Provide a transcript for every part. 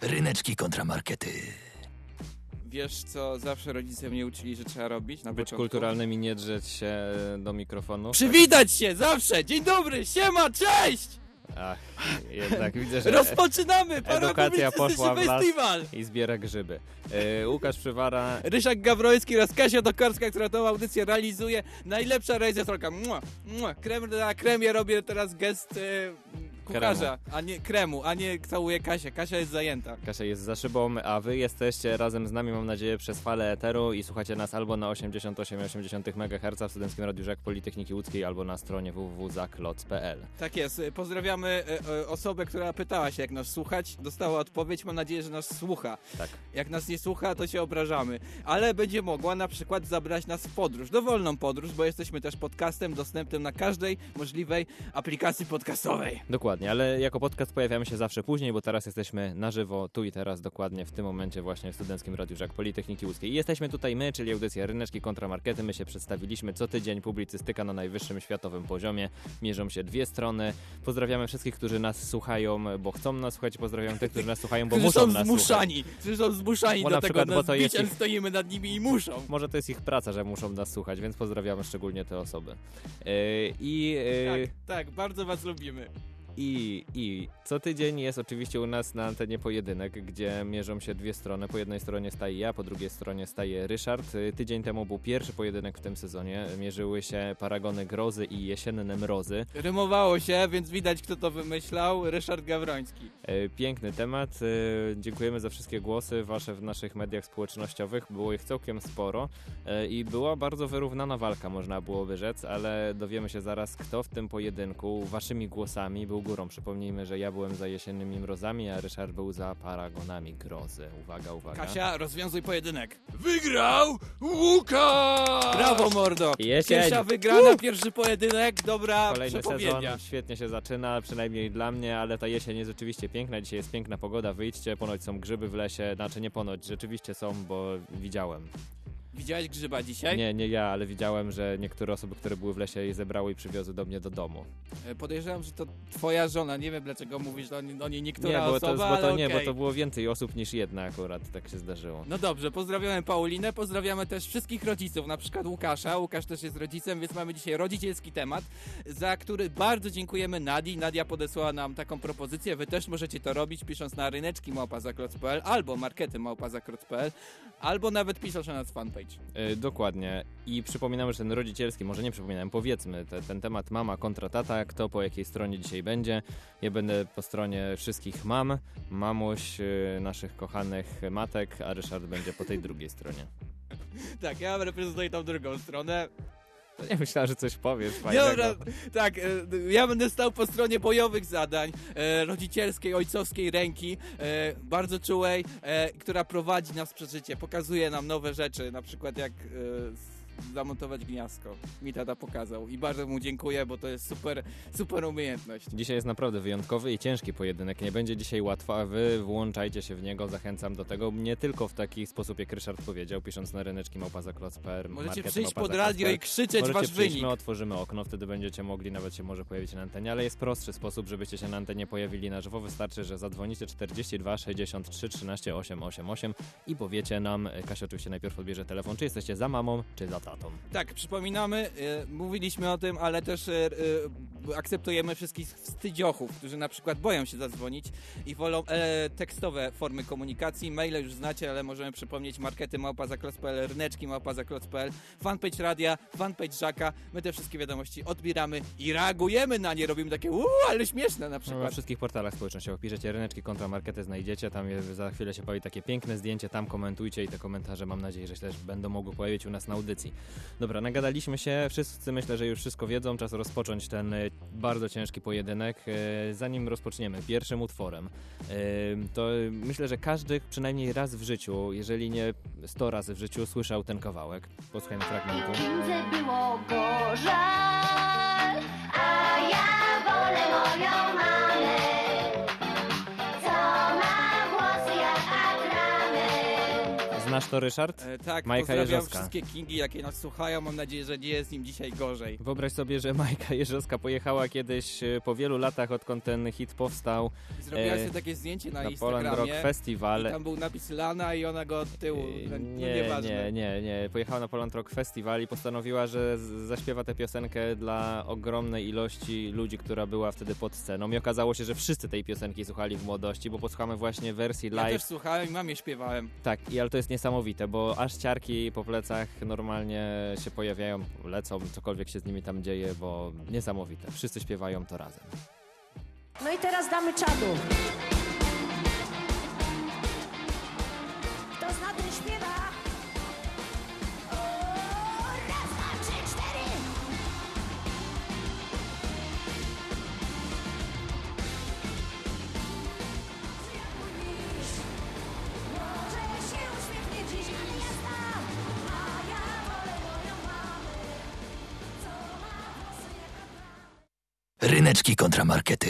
Ryneczki kontramarkety. Wiesz, co zawsze rodzice mnie uczyli, że trzeba robić na Być początku? kulturalnym i nie drzeć się do mikrofonu. Przywitać się zawsze! Dzień dobry, siema, cześć! Ach, jednak widzę, że Rozpoczynamy edukacja poszła w las festiwal! i zbiera grzyby. Łukasz Przywara. Ryszard Gawroński oraz Kasia Tokarska, która tą audycję realizuje. Najlepsza realizatorka. Krem de la creme. Ja robię teraz gest kucharza, a nie całuję Kasię. Kasia jest zajęta. Kasia jest za szybą, a wy jesteście razem z nami, mam nadzieję, przez falę eteru i słuchacie nas albo na 88,8 MHz w Studenckim Radiu Żak Politechniki Łódzkiej, albo na stronie www.zakloc.pl. Tak jest. Pozdrawiamy osobę, która pytała się, jak nas słuchać. Dostała odpowiedź. Mam nadzieję, że nas słucha. Tak. Jak nas nie słucha, to się obrażamy. Ale będzie mogła na przykład zabrać nas w podróż. Dowolną podróż, bo jesteśmy też podcastem dostępnym na każdej możliwej aplikacji podcastowej. Dokładnie, ale jako podcast pojawiamy się zawsze później, bo teraz jesteśmy na żywo, tu i teraz, dokładnie w tym momencie właśnie w Studenckim Radiu Żak Politechniki Łódzkiej. I jesteśmy tutaj my, czyli audycja Ryneczki kontramarkety. My się przedstawiliśmy co tydzień, publicystyka na najwyższym światowym poziomie. Mierzą się dwie strony. Pozdrawiamy wszystkich, którzy nas słuchają, bo chcą nas słuchać. Pozdrawiam tych, którzy nas słuchają, bo muszą nas słuchać. Którzy są zmuszani Bo do na tego przykład, bo nas to bić, jest ale ich- stoimy nad nimi i muszą. Może to jest ich praca, że muszą nas słuchać, więc pozdrawiamy szczególnie te osoby. Tak, bardzo was lubimy. I co tydzień jest oczywiście u nas na antenie pojedynek, gdzie mierzą się dwie strony. Po jednej stronie staje ja, po drugiej stronie staje Ryszard. Tydzień temu był pierwszy pojedynek w tym sezonie. Mierzyły się paragony grozy i jesienne mrozy. Rymowało się, więc widać, kto to wymyślał. Ryszard Gawroński. Piękny temat. Dziękujemy za wszystkie głosy wasze w naszych mediach społecznościowych. Było ich całkiem sporo i była bardzo wyrównana walka, można byłoby rzec, ale dowiemy się zaraz, kto w tym pojedynku waszymi głosami był górą. Przypomnijmy, że ja byłem za jesiennymi mrozami, a Ryszard był za paragonami grozy. Uwaga, uwaga. Kasia, rozwiązuj pojedynek. Wygrał Łukasz! Brawo, mordo! Jesień. Pierwsza wygrana, pierwszy pojedynek, dobra Kolejny przepowiednia. sezon świetnie się zaczyna, przynajmniej dla mnie, ale ta jesień jest rzeczywiście piękna. Dzisiaj jest piękna pogoda, wyjdźcie, ponoć są grzyby w lesie, znaczy nie ponoć, rzeczywiście są, bo widziałem. Widziałeś grzyba dzisiaj? Nie ja, ale widziałem, że niektóre osoby, które były w lesie, je zebrały i przywiozły do mnie do domu. Podejrzewam, że to twoja żona. Nie wiem, dlaczego mówisz o niej niektóra Nie, bo osoba, bo ale nie, okej. bo to było więcej osób niż jedna akurat, tak się zdarzyło. No dobrze, pozdrawiamy Paulinę, pozdrawiamy też wszystkich rodziców, na przykład Łukasza. Łukasz też jest rodzicem, więc mamy dzisiaj rodzicielski temat, za który bardzo dziękujemy Nadii. Nadia podesłała nam taką propozycję, wy też możecie to robić, pisząc na ryneczki@zakloc.pl albo markety@zakloc.pl, albo nawet pisząc na nas fanpage. Dokładnie. I przypominamy, że ten rodzicielski, może nie przypominałem, powiedzmy, ten temat mama kontra tata, kto po jakiej stronie dzisiaj będzie. Ja będę po stronie wszystkich mam, mamuś, naszych kochanych matek, a Ryszard będzie po tej drugiej stronie. Tak, ja reprezentuję tą drugą stronę. Nie myślałem, że coś powiesz fajnego. Dobra, tak, ja będę stał po stronie bojowych zadań, rodzicielskiej, ojcowskiej ręki, bardzo czułej, która prowadzi nas przez życie, pokazuje nam nowe rzeczy, na przykład jak zamontować gniazdko. Mi tata pokazał i bardzo mu dziękuję, bo to jest super umiejętność. Dzisiaj jest naprawdę wyjątkowy i ciężki pojedynek. Nie będzie dzisiaj łatwo, a wy włączajcie się w niego, zachęcam do tego. Nie tylko w taki sposób, jak Ryszard powiedział, pisząc na ryneczki@zakloc.pl. Możecie przyjść pod radio i krzyczeć Możecie wasz przyjść, wynik. my otworzymy okno, wtedy będziecie mogli, nawet się może pojawić na antenie, ale jest prostszy sposób, żebyście się na antenie pojawili na żywo. Wystarczy, że zadzwonicie 42 63 13 888 i powiecie nam, Kasia oczywiście najpierw odbierze telefon, czy jesteście za mamą, czy za tatą. Tak, przypominamy, mówiliśmy o tym, ale też akceptujemy wszystkich wstydziochów, którzy na przykład boją się zadzwonić i wolą tekstowe formy komunikacji. Maile już znacie, ale możemy przypomnieć markety@zakloc.pl, ryneczki@zakloc.pl, fanpage radia, fanpage Żaka. My te wszystkie wiadomości odbieramy i reagujemy na nie. Robimy takie ale śmieszne na Na przykład. wszystkich portalach społecznościowych piszecie ryneczki kontra markety, znajdziecie, tam za chwilę się pojawi takie piękne zdjęcie, tam komentujcie i te komentarze mam nadzieję, że też będą mogły pojawić u nas na audycji. Dobra, nagadaliśmy się, wszyscy myślę, że już wszystko wiedzą, czas rozpocząć ten bardzo ciężki pojedynek. Zanim rozpoczniemy pierwszym utworem, to myślę, że każdy przynajmniej raz w życiu, jeżeli nie 100 razy w życiu, słyszał ten kawałek. Posłuchajmy fragmentu. Księdze było go żal, a ja wolę moją mamę, co ma włosy jak atrament. Znasz to, Ryszard? Tak, Majka pozdrawiam Jeżowska. wszystkie Kingi, jakie nas słuchają. Mam nadzieję, że nie jest im dzisiaj gorzej. Wyobraź sobie, że Majka Jeżowska pojechała kiedyś po wielu latach, odkąd ten hit powstał, Zrobiła sobie takie zdjęcie na na Instagramie. Poland Rock Festival. I tam był napis Lana i ona go od tyłu. No, Nie, nieważne. nie. Pojechała na Poland Rock Festival i postanowiła, że zaśpiewa tę piosenkę dla ogromnej ilości ludzi, która była wtedy pod sceną. I okazało się, że wszyscy tej piosenki słuchali w młodości, bo posłuchamy właśnie wersji Ja live. też słuchałem i mamie śpiewałem. Tak, ale to jest niesamowite, bo aż ciarki po plecach normalnie się pojawiają, lecą, cokolwiek się z nimi tam dzieje, bo niesamowite. Wszyscy śpiewają to razem. No i teraz damy czadu. Kto zna, ten śpiewa. O, raz, dwa, trzy, cztery. Może się uśmiechnie dziś, ale ja znam. A ja wolę moją mamę, co ma włosy jak Ryneczki kontramarkety.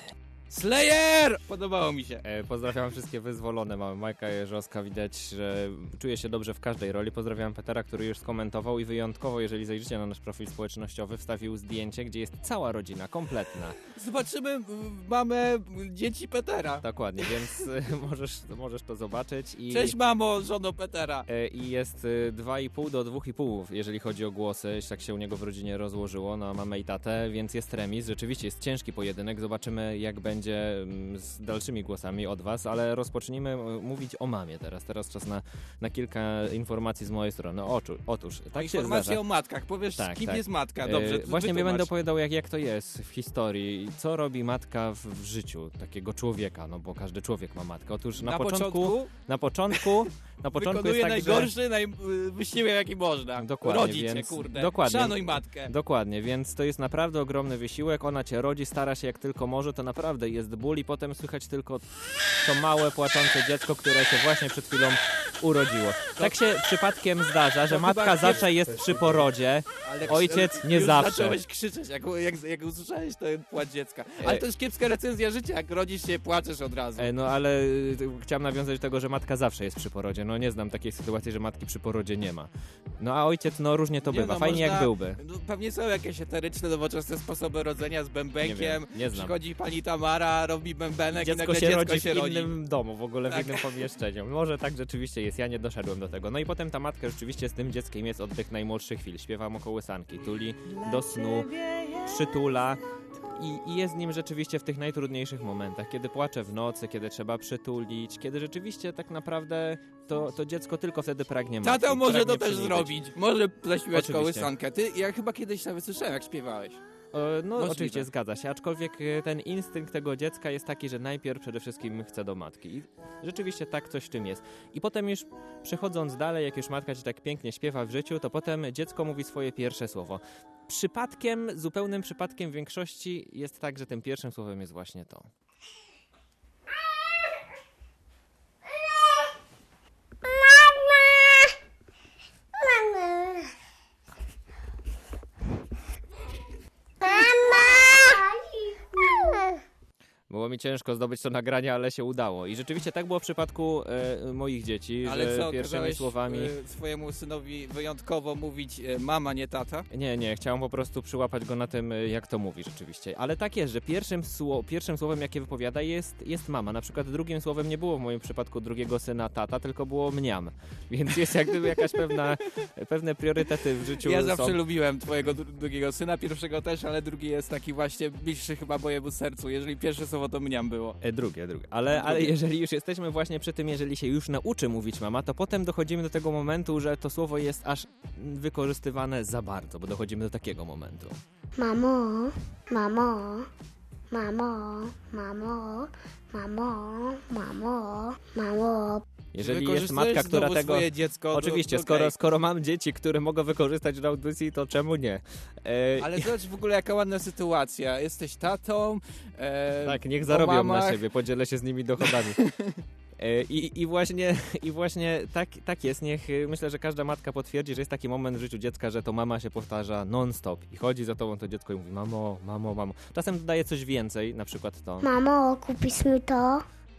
Slayer! Podobało mi się. Pozdrawiam wszystkie wyzwolone, mamy Majka Jeżowska, widać, że czuje się dobrze w każdej roli. Pozdrawiam Petera, który już skomentował i wyjątkowo, jeżeli zajrzycie na nasz profil społecznościowy, wstawił zdjęcie, gdzie jest cała rodzina, kompletna. Zobaczymy mamę dzieci Petera. Dokładnie, więc możesz to zobaczyć. I Cześć mamo, żono Petera. I jest 2,5 do 2,5, jeżeli chodzi o głosy. Tak się u niego w rodzinie rozłożyło na mamę i tatę, więc jest remis. Rzeczywiście jest ciężki pojedynek. Zobaczymy, jak będzie z dalszymi głosami od was, ale rozpocznijmy mówić o mamie teraz. Teraz czas na kilka informacji z mojej strony. Otóż tak się Informacje zdarza. o matkach. Powiesz, Tak, kim tak. jest matka. Dobrze, Właśnie wytłumacz. będę opowiadał, jak to jest w historii. Co robi matka w życiu takiego człowieka, no bo każdy człowiek ma matkę. Otóż na początku wykonuje jest tak, najgorszy wysiłek, jaki można. Dokładnie, Rodzi cię, więc- kurde. dokładnie. Szanuj matkę. Dokładnie, więc to jest naprawdę ogromny wysiłek, ona cię rodzi, stara się jak tylko może, to naprawdę jest ból i potem słychać tylko to małe, płaczące dziecko, które się właśnie przed chwilą urodziło. Tak się przypadkiem zdarza, że to matka chyba zawsze jest przy porodzie, Ale ojciec nie już zawsze. zacząłeś krzyczeć, jak usłyszałeś ten płacz dziecka. Ale to jest kiepska recenzja życia, jak rodzisz się, płaczesz od razu. No ale chciałem nawiązać do tego, że matka zawsze jest przy porodzie. No nie znam takiej sytuacji, że matki przy porodzie nie ma. No a ojciec, no różnie to Nie, bywa. no, Fajnie można- jak byłby. No, pewnie są jakieś eteryczne, nowoczesne sposoby rodzenia z bębenkiem. Nie znam. Przychodzi pani Tamara, robi bębenek i Dziecko nagle się dziecko rodzi się w rodzi. innym domu, w ogóle Tak. w innym pomieszczeniu. Może tak rzeczywiście jest, ja nie doszedłem do tego. No i potem ta matka rzeczywiście z tym dzieckiem jest od tych najmłodszych chwil. Śpiewa mu kołysanki, tuli do snu, przytula i jest z nim rzeczywiście w tych najtrudniejszych momentach, kiedy płacze w nocy, kiedy trzeba przytulić, kiedy rzeczywiście tak naprawdę to dziecko tylko wtedy pragnie matki. Tata może to pragnie też przy niej zrobić. Może zaśpiewać Oczywiście. kołysankę. Ja chyba kiedyś nawet słyszałem, jak śpiewałeś. No Możliwe. oczywiście zgadza się, aczkolwiek ten instynkt tego dziecka jest taki, że najpierw przede wszystkim chce do matki i rzeczywiście tak coś w tym jest. I potem już przechodząc dalej, jak już matka ci tak pięknie śpiewa w życiu, to potem dziecko mówi swoje pierwsze słowo. Przypadkiem, zupełnym przypadkiem w większości jest tak, że tym pierwszym słowem jest właśnie to. Było mi ciężko zdobyć to nagranie, ale się udało. I rzeczywiście tak było w przypadku moich dzieci, Ale że co, pierwszymi kazałeś słowami... swojemu synowi wyjątkowo mówić mama, nie tata? Nie, chciałem po prostu przyłapać go na tym, jak to mówi rzeczywiście. Ale tak jest, że pierwszym słowem, jakie wypowiada, jest mama. Na przykład drugim słowem nie było w moim przypadku drugiego syna tata, tylko było mniam. Więc jest jak gdyby jakaś pewne priorytety w życiu. Ja są. zawsze lubiłem twojego drugiego syna, pierwszego też, ale drugi jest taki właśnie bliższy chyba mojemu sercu. Jeżeli pierwsze słowo to mniam było. Drugie. Ale jeżeli już jesteśmy właśnie przy tym, jeżeli się już nauczy mówić mama, to potem dochodzimy do tego momentu, że to słowo jest aż wykorzystywane za bardzo, bo dochodzimy do takiego momentu. Mamo, mamo, mamo, mamo, mamo, mamo, mamo. Jeżeli jest Wykorzystujesz matka, która znowu tego... swoje dziecko. Oczywiście, okej. skoro mam dzieci, które mogą wykorzystać do audycji, to czemu nie? Ale zobacz w ogóle jaka ładna sytuacja. Jesteś tatą. Tak, niech po zarobią na mamach. siebie, podzielę się z nimi dochodami. I właśnie tak jest. Myślę, że każda matka potwierdzi, że jest taki moment w życiu dziecka, że to mama się powtarza non-stop i chodzi za tobą to dziecko i mówi mamo, mamo, mamo. Czasem dodaje coś więcej, na przykład to. Mamo, kupisz mi to?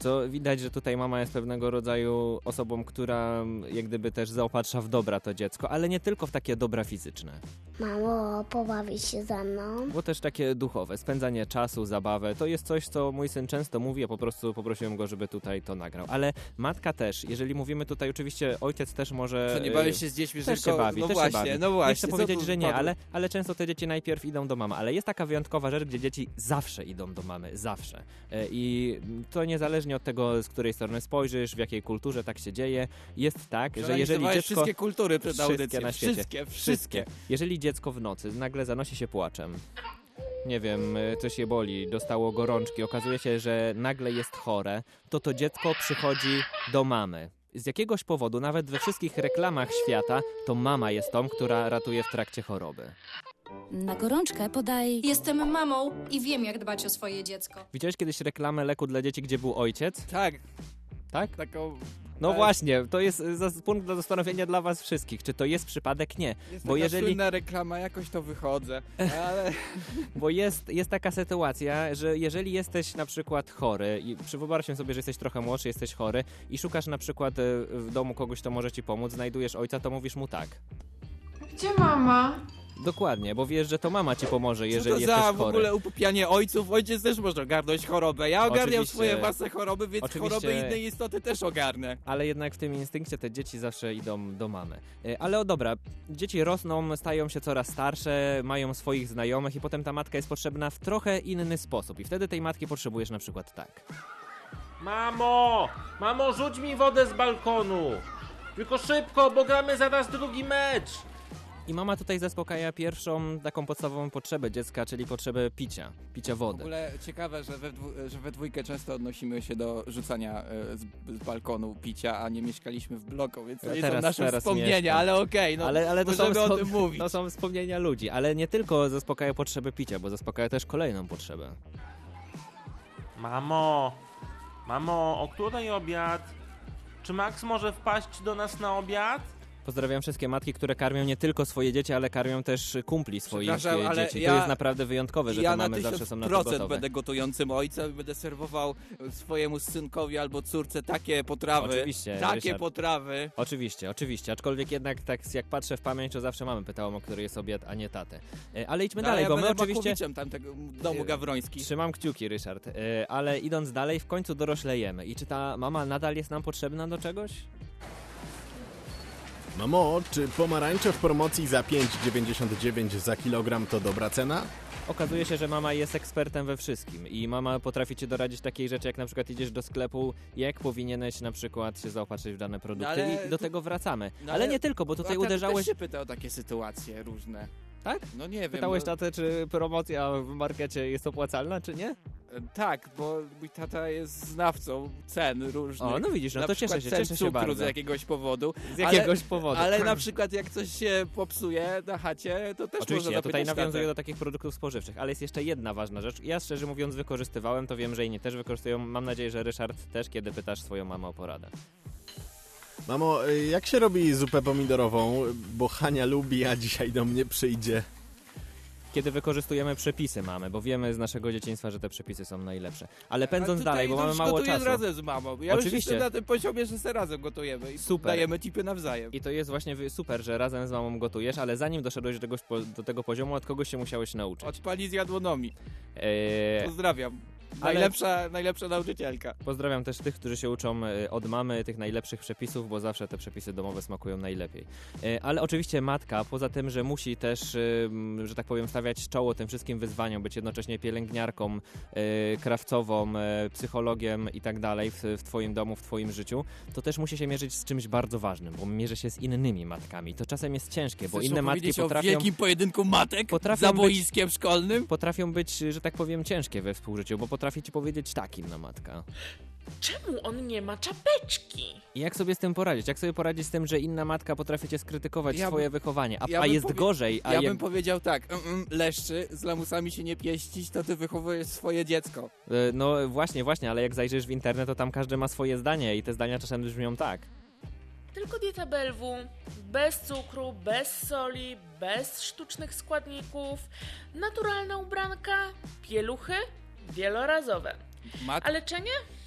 Co widać, że tutaj mama jest pewnego rodzaju osobą, która jak gdyby też zaopatrza w dobra to dziecko, ale nie tylko w takie dobra fizyczne, Mamo, pobawić się ze mną? bo też takie duchowe, spędzanie czasu, zabawę, to jest coś, co mój syn często mówi, a po prostu poprosiłem go, żeby tutaj to nagrał. Ale matka też, jeżeli mówimy tutaj, oczywiście ojciec też może... Co, nie bawisz się z dziećmi, też tylko... się bawi, no też właśnie, się bawi. no właśnie. Nie chcę co powiedzieć, tu że nie, wpadło? ale często te dzieci najpierw idą do mamy. Ale jest taka wyjątkowa rzecz, gdzie dzieci zawsze idą do mamy, zawsze. I to niezależnie od tego, z której strony spojrzysz, w jakiej kulturze tak się dzieje. Jest tak, że jeżeli Przeanalizowałeś dziecko... wszystkie kultury przed Wszystkie audycją. na świecie. Wszystkie. Jeżeli dziecko w nocy nagle zanosi się płaczem, nie wiem, coś je boli, dostało gorączki, okazuje się, że nagle jest chore, to dziecko przychodzi do mamy. Z jakiegoś powodu, nawet we wszystkich reklamach świata, to mama jest tą, która ratuje w trakcie choroby. Na gorączkę podaj... Jestem mamą i wiem, jak dbać o swoje dziecko. Widziałeś kiedyś reklamę leku dla dzieci, gdzie był ojciec? Tak, Tak? taką... No tak. właśnie, to jest punkt do zastanowienia dla was wszystkich. Czy to jest przypadek? Nie. Jest Bo taka jeżeli... słynna reklama, jakoś to wychodzę, ale... Bo jest taka sytuacja, że jeżeli jesteś na przykład chory i wyobraźmy sobie, że jesteś trochę młodszy, jesteś chory i szukasz na przykład w domu kogoś, kto może ci pomóc, znajdujesz ojca, to mówisz mu tak. Gdzie mama? Dokładnie, bo wiesz, że to mama ci pomoże, Co jeżeli to jesteś za chory. w ogóle upupianie ojców? Ojciec też może ogarnąć chorobę. Ja ogarniam Oczywiście. swoje własne choroby, więc Oczywiście. choroby innej istoty też ogarnę. Ale jednak w tym instynkcie te dzieci zawsze idą do mamy. Ale dobra, dzieci rosną, stają się coraz starsze, mają swoich znajomych i potem ta matka jest potrzebna w trochę inny sposób. I wtedy tej matki potrzebujesz na przykład tak. Mamo! Mamo, rzuć mi wodę z balkonu! Tylko szybko, bo gramy zaraz drugi mecz! I mama tutaj zaspokaja pierwszą taką podstawową potrzebę dziecka, czyli potrzebę picia W wody. ogóle ciekawe, że we dwójkę często odnosimy się do rzucania z balkonu picia, a nie mieszkaliśmy w bloku, więc to nie są nasze wspomnienia, mieszkam. ale okej, no Ale to możemy o tym to mówić. są wspomnienia ludzi, ale nie tylko zaspokaja potrzebę picia, bo zaspokaja też kolejną potrzebę. Mamo! Mamo, o której obiad? Czy Max może wpaść do nas na obiad? Pozdrawiam wszystkie matki, które karmią nie tylko swoje dzieci, ale karmią też kumpli swoich Przepraszam, ale dzieci. ja- To jest naprawdę wyjątkowe, że Ja te na mamy zawsze są na to 1000% gotowe. będę gotującym ojcem i będę serwował swojemu synkowi albo córce takie potrawy. Oczywiście, Takie Ryszard. potrawy. Oczywiście, aczkolwiek jednak tak jak patrzę w pamięć, to zawsze mamy pytałam, o który jest obiad, a nie tatę. Ale idźmy No, dalej, ja bo my będę oczywiście... Bakowiczem tamtego domu Gawrońskich. Trzymam kciuki, Ryszard, ale idąc dalej, w końcu doroślejemy. I czy ta mama nadal jest nam potrzebna do czegoś? Mamo, czy pomarańcze w promocji za 5,99 za kilogram to dobra cena? Okazuje się, że mama jest ekspertem we wszystkim i mama potrafi ci doradzić takiej rzeczy, jak na przykład idziesz do sklepu, jak powinieneś na przykład się zaopatrzyć w dane produkty ale i do tu- tego wracamy. No ale nie tylko, bo tutaj A ten uderzałeś... też się pyta o takie sytuacje różne. Tak? No nie wiem. Pytałeś no, tatę, czy promocja w markecie jest opłacalna, czy nie? Tak, bo mój tata jest znawcą cen różnych. O, no widzisz, no na to przykład cieszę cen się cukru bardzo. z jakiegoś powodu. Z jakiegoś powodu. Ale na przykład jak coś się popsuje na chacie, to też Oczywiście, można ja tutaj zapytać nawiązuję tatę. do takich produktów spożywczych, ale jest jeszcze jedna ważna rzecz. Ja szczerze mówiąc wykorzystywałem, to wiem, że inni też wykorzystują. Mam nadzieję, że Ryszard też, kiedy pytasz swoją mamę o poradę. Mamo, jak się robi zupę pomidorową? Bo Hania lubi, a dzisiaj do mnie przyjdzie. Kiedy wykorzystujemy przepisy mamy, bo wiemy z naszego dzieciństwa, że te przepisy są najlepsze. Ale pędząc tutaj dalej, bo to mamy już mało gotuję czasu. razem z mamą. Ja już Oczywiście. jestem na tym poziomie, że se razem gotujemy i Super. dajemy tipy nawzajem. I to jest właśnie super, że razem z mamą gotujesz, ale zanim doszedłeś do tego poziomu, od kogoś się musiałeś nauczyć. Od pani z jadłonomii. Eee, Pozdrawiam. ale- Najlepsza nauczycielka. Pozdrawiam też tych, którzy się uczą od mamy tych najlepszych przepisów, bo zawsze te przepisy domowe smakują najlepiej. Ale oczywiście matka, poza tym, że musi też, że tak powiem, stawiać czoło tym wszystkim wyzwaniom, być jednocześnie pielęgniarką, krawcową, psychologiem i tak dalej w twoim domu, w twoim życiu, to też musi się mierzyć z czymś bardzo ważnym, bo mierzy się z innymi matkami. To czasem jest ciężkie, bo Chcesz inne matki opowiedzieć o potrafią... wielkim pojedynku matek potrafią za być- boiskiem szkolnym? Potrafią być, że tak powiem, ciężkie we współżyciu, bo potrafi ci powiedzieć tak inna matka. Czemu on nie ma czapeczki? I jak sobie z tym poradzić? Jak sobie poradzić z tym, że inna matka potrafi cię skrytykować Ja swoje wychowanie, ja a bym jest gorzej, a Ja jak... bym powiedział tak, leszczy, z lamusami się nie pieścić, to ty wychowujesz swoje dziecko. No właśnie, ale jak zajrzysz w internet, to tam każdy ma swoje zdanie i te zdania czasem brzmią tak. Tylko dieta BLW, bez cukru, bez soli, bez sztucznych składników, naturalna ubranka, pieluchy, wielorazowe. A leczenie?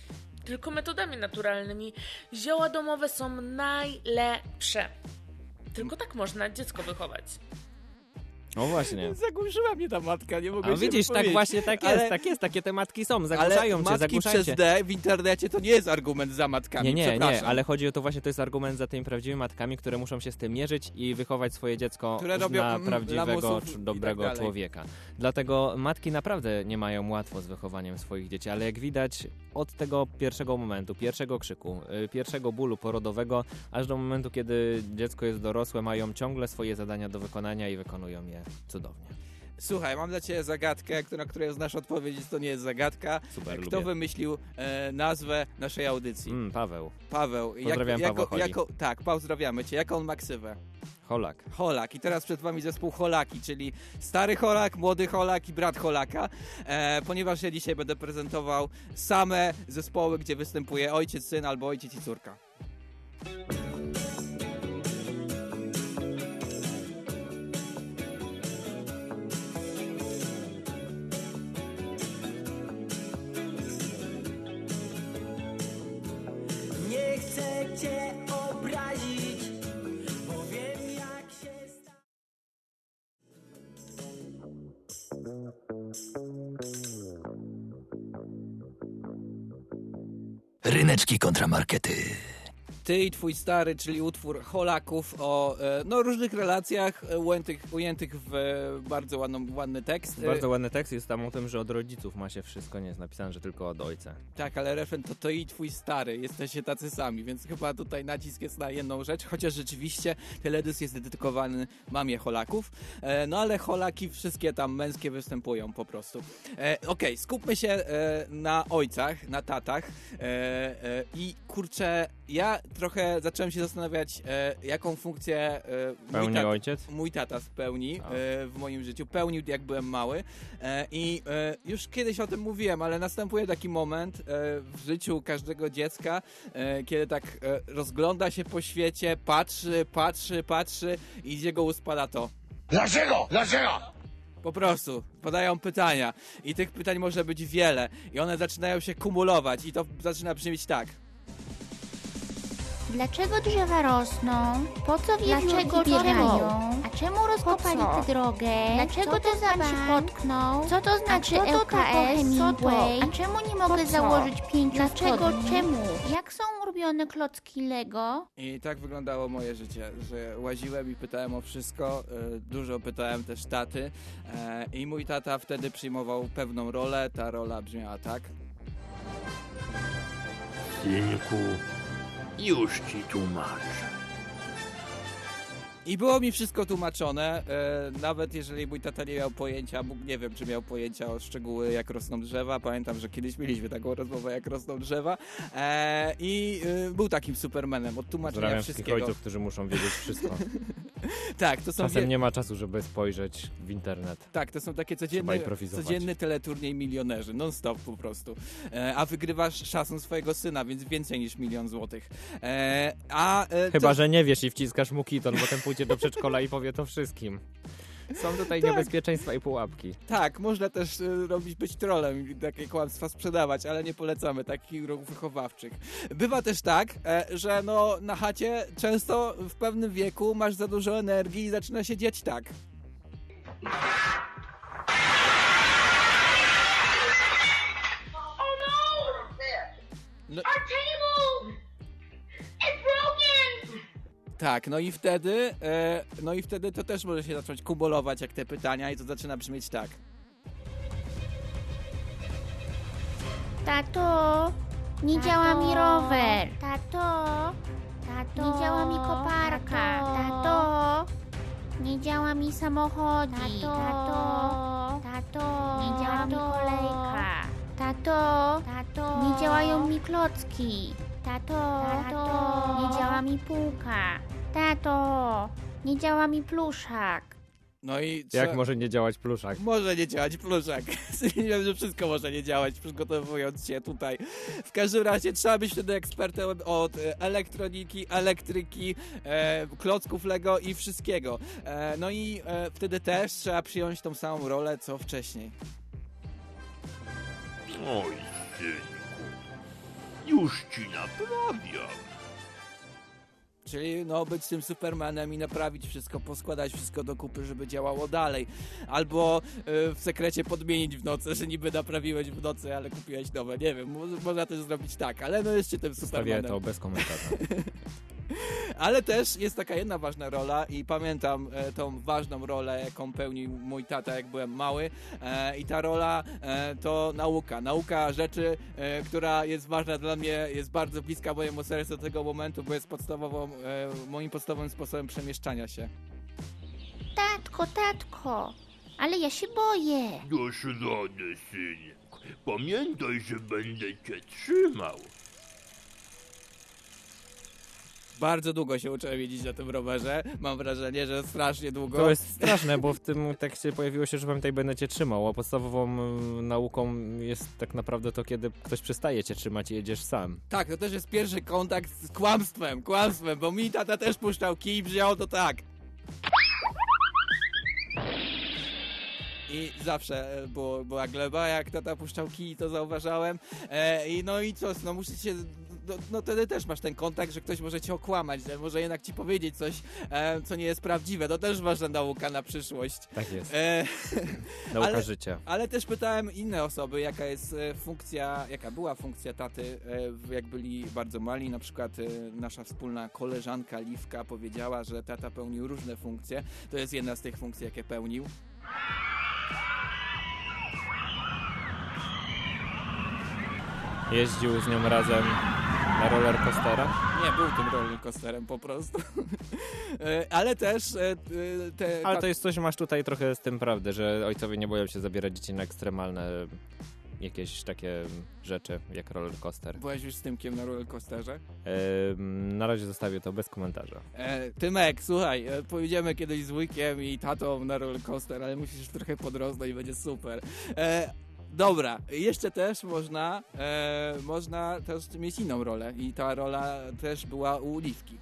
tylko metodami naturalnymi. Zioła domowe są najlepsze. Tylko tak można dziecko wychować. No właśnie. Zagłuszyła mnie ta matka, nie mogę A się widzisz, tak wypowiedzieć. właśnie, tak jest, takie te matki są, Ale zagłuszają cię, matki zagłuszają przez cię. D w internecie to nie jest argument za matkami, Nie, przepraszam. ale chodzi o to właśnie, to jest argument za tymi prawdziwymi matkami, które muszą się z tym mierzyć i wychować swoje dziecko Które robią, na prawdziwego, lamusów czy i dobrego tak dalej. człowieka. Dlatego matki naprawdę nie mają łatwo z wychowaniem swoich dzieci, ale jak widać od tego pierwszego momentu, pierwszego krzyku, pierwszego bólu porodowego, aż do momentu, kiedy dziecko jest dorosłe, mają ciągle swoje zadania do wykonania i wykonują je cudownie. Słuchaj, mam dla ciebie zagadkę, na której znasz odpowiedź, to nie jest zagadka. Super, Kto lubię. wymyślił nazwę naszej audycji? Paweł. Paweł. Pozdrawiam Pawła Holi. Tak, pozdrawiamy cię. Jaką on ma ksywę? Holak. Holak. I teraz przed wami zespół Holaki, czyli stary Holak, młody Holak i brat Holaka, ponieważ ja dzisiaj będę prezentował same zespoły, gdzie występuje ojciec, syn albo ojciec i córka. Nie chcę cię obrazić, bo wiem jak się sta... Ryneczki kontramarkety. Ty i twój stary, czyli utwór Holaków o różnych relacjach ujętych w bardzo ładny tekst. Bardzo ładny tekst jest tam o tym, że od rodziców ma się wszystko, nie jest napisane, że tylko od ojca. Tak, ale refren to ty i twój stary, jesteście tacy sami, więc chyba tutaj nacisk jest na jedną rzecz, chociaż rzeczywiście teledysk jest dedykowany mamie Holaków, no ale Holaki wszystkie tam męskie występują po prostu. Okej, skupmy się na ojcach, na tatach i kurczę, ja trochę zacząłem się zastanawiać, jaką funkcję mój tata spełni w moim życiu. Pełnił, jak byłem mały. I już kiedyś o tym mówiłem, ale następuje taki moment w życiu każdego dziecka, kiedy tak rozgląda się po świecie, patrzy i z jego ust pada to. Dlaczego? Dlaczego? Po prostu padają pytania i tych pytań może być wiele i one zaczynają się kumulować i to zaczyna brzmieć tak. Dlaczego drzewa rosną? Po co wiewiórki biegają? A czemu rozkopali tę drogę? Dlaczego ten pan się potknął? Co to znaczy LKS? Hemingway? A czemu nie mogę założyć 5 Dlaczego? Czemu? Jak są robione klocki Lego? I tak wyglądało moje życie, że łaziłem i pytałem o wszystko, dużo pytałem też taty i mój tata wtedy przyjmował pewną rolę, ta rola brzmiała tak. Synku, już ci tłumaczę. I było mi wszystko tłumaczone, nawet jeżeli mój tata nie miał pojęcia, nie wiem, czy miał pojęcia o szczegóły, jak rosną drzewa. Pamiętam, że kiedyś mieliśmy taką rozmowę, jak rosną drzewa i był takim supermanem od tłumaczenia wszystkiego. Ojców, którzy muszą wiedzieć wszystko. Tak, to są Czasem nie ma czasu, żeby spojrzeć w internet. Tak, to są takie codzienny teleturniej milionerzy, non-stop po prostu. A wygrywasz szacun swojego syna, więc więcej niż 1 000 000 złotych. Chyba, że nie wiesz i wciskasz mu kiton, potem pójdzie do przedszkola i powie to wszystkim. Są tutaj niebezpieczeństwa i pułapki. Tak, można też być trolem i takie kłamstwa sprzedawać, ale nie polecamy takich ruchów wychowawczych. Bywa też tak, że na chacie często w pewnym wieku masz za dużo energii i zaczyna się dziać tak. No. Our table! It's broken! Tak, no i wtedy to też może się zacząć kumulować jak te pytania i to zaczyna brzmieć tak. Tato, nie działa mi rower. Tato, nie działa mi koparka. Tato, nie działa mi samochodzik. Tato, nie działa mi kolejka. Tato, nie działają mi klocki. Tato, nie działa mi półka. Tato, nie działa mi pluszak. No i jak może nie działać pluszak? Może nie działać pluszak. Nie wiem, że wszystko może nie działać, przygotowując się tutaj. W każdym razie trzeba być wtedy ekspertem od elektroniki, elektryki, klocków Lego i wszystkiego. No i wtedy też trzeba przyjąć tą samą rolę, co wcześniej. Oj, synku. Już ci naprawiam. Czyli no być tym Supermanem i naprawić wszystko, poskładać wszystko do kupy, żeby działało dalej. Albo w sekrecie podmienić w nocy, że niby naprawiłeś w nocy, ale kupiłeś nowe. Nie wiem, można też zrobić tak, ale no jeszcze tym Supermanem. Stawię to bez komentarza. Ale też jest taka jedna ważna rola i pamiętam tą ważną rolę, jaką pełnił mój tata, jak byłem mały. I ta rola to nauka. Nauka rzeczy, która jest ważna dla mnie, jest bardzo bliska mojemu sercu do tego momentu, bo jest moim podstawowym sposobem przemieszczania się. Tatko, ale ja się boję. Dasz radę, synie. Pamiętaj, że będę cię trzymał. Bardzo długo się uczyłem jeździć na tym rowerze. Mam wrażenie, że strasznie długo. To jest straszne, bo w tym tekście pojawiło się, że pamiętaj, będę cię trzymał, a podstawową nauką jest tak naprawdę to, kiedy ktoś przestaje cię trzymać i jedziesz sam. Tak, to też jest pierwszy kontakt z kłamstwem, bo mi tata też puszczał kij, wziął to tak. I zawsze była gleba, jak tata puszczał kij, to zauważałem. No i co, no muszę się... No wtedy też masz ten kontakt, że ktoś może cię okłamać, że może jednak ci powiedzieć coś, co nie jest prawdziwe. To też ważna nauka na przyszłość. Tak jest. Nauka życia. Ale też pytałem inne osoby, jaka była funkcja taty, jak byli bardzo mali. Na przykład nasza wspólna koleżanka Liwka powiedziała, że tata pełnił różne funkcje. To jest jedna z tych funkcji, jakie pełnił. Jeździł z nią razem na rollercoasterach? Nie, był tym rollercoasterem po prostu. Ale też... Ale to jest coś, masz tutaj trochę z tym prawdy, że ojcowie nie boją się zabierać dzieci na ekstremalne jakieś takie rzeczy, jak rollercoaster. Byłeś już z Tymkiem na rollercoasterze? Na razie zostawię to bez komentarza. Tymek, słuchaj, pojedziemy kiedyś z wujkiem i tatą na rollercoaster, ale musisz trochę podrosnąć i będzie super. Dobra, jeszcze też można też mieć inną rolę i ta rola też była u Liwki.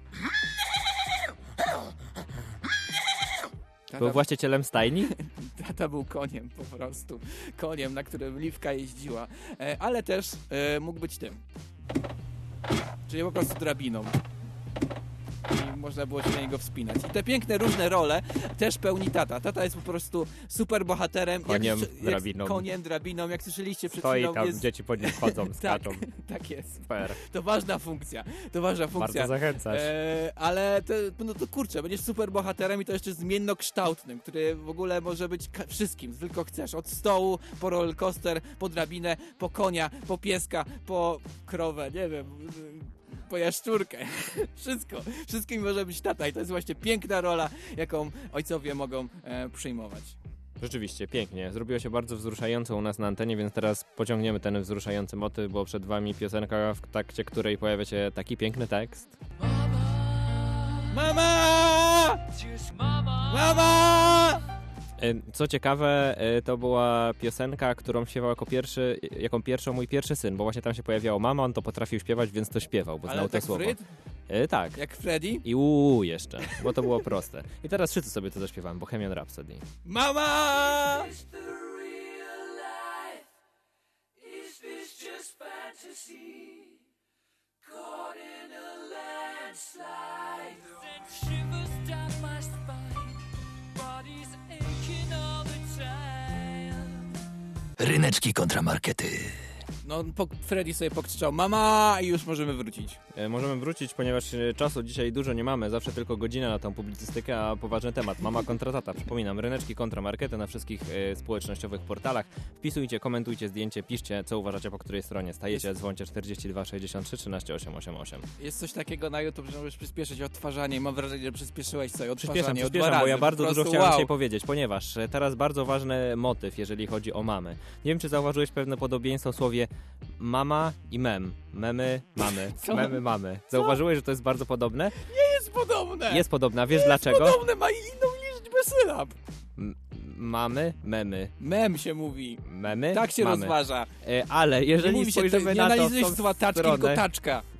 Był właścicielem stajni? Tata był koniem po prostu. Koniem, na którym Liwka jeździła. Ale też mógł być tym. Czyli po prostu drabiną. I można było się na niego wspinać. I te piękne, różne role też pełni tata. Tata jest po prostu super bohaterem. Koniem, drabiną. Jak słyszeliście przed chwilą... Stoi tam, dzieci po nim chodzą, skaczą. Tak jest. Super. To ważna funkcja. Bardzo zachęcasz. Ale to kurczę, będziesz super bohaterem i to jeszcze zmiennokształtnym, który w ogóle może być wszystkim, tylko chcesz. Od stołu, po rollercoaster, po drabinę, po konia, po pieska, po krowę, nie wiem... po jaszczurkę. Wszystkim może być tata i to jest właśnie piękna rola, jaką ojcowie mogą przyjmować. Rzeczywiście, pięknie. Zrobiło się bardzo wzruszająco u nas na antenie, więc teraz pociągniemy ten wzruszający motyw, bo przed wami piosenka, w trakcie której pojawia się taki piękny tekst. Mama! Mama! Co ciekawe, to była piosenka, którą śpiewał jako pierwszą mój pierwszy syn, bo właśnie tam się pojawiało mama, on to potrafił śpiewać, więc to śpiewał, bo znał to słowo. Tak. Jak Freddy? I jeszcze, bo to było proste. I teraz wszyscy sobie to zaśpiewamy, Bohemian Rhapsody. Mama! Ryneczki kontramarkety. No, Freddy sobie pokrzyczał mama i już możemy wrócić. Możemy wrócić, ponieważ czasu dzisiaj dużo nie mamy, zawsze tylko godzinę na tą publicystykę, a poważny temat. Mama kontra tata. Przypominam, Ryneczki kontramarkety na wszystkich społecznościowych portalach. Wpisujcie, komentujcie zdjęcie, piszcie, co uważacie, po której stronie stajecie. Dzwońcie 42 63 13 888. Jest coś takiego na YouTube, że możesz przyspieszyć odtwarzanie. Mam wrażenie, że przyspieszyłeś sobie odtwarzanie. Przyspieszam, bo ja bardzo dużo chciałem dzisiaj powiedzieć, ponieważ teraz bardzo ważny motyw, jeżeli chodzi o mamy. Nie wiem, czy zauważyłeś pewne podobieństwo w słowie mama i mem. Memy, mamy. Co? Memy, mamy. Zauważyłeś, że to jest bardzo podobne? Nie jest podobne! Jest podobne, a wiesz dlaczego? Jest podobne, ma inną liczbę sylab. Mamy, memy. Mem się mówi. Memy? Tak się mamy. rozważa. Ale jeżeli spojrzymy na to nie słowa taczki, tylko taczka.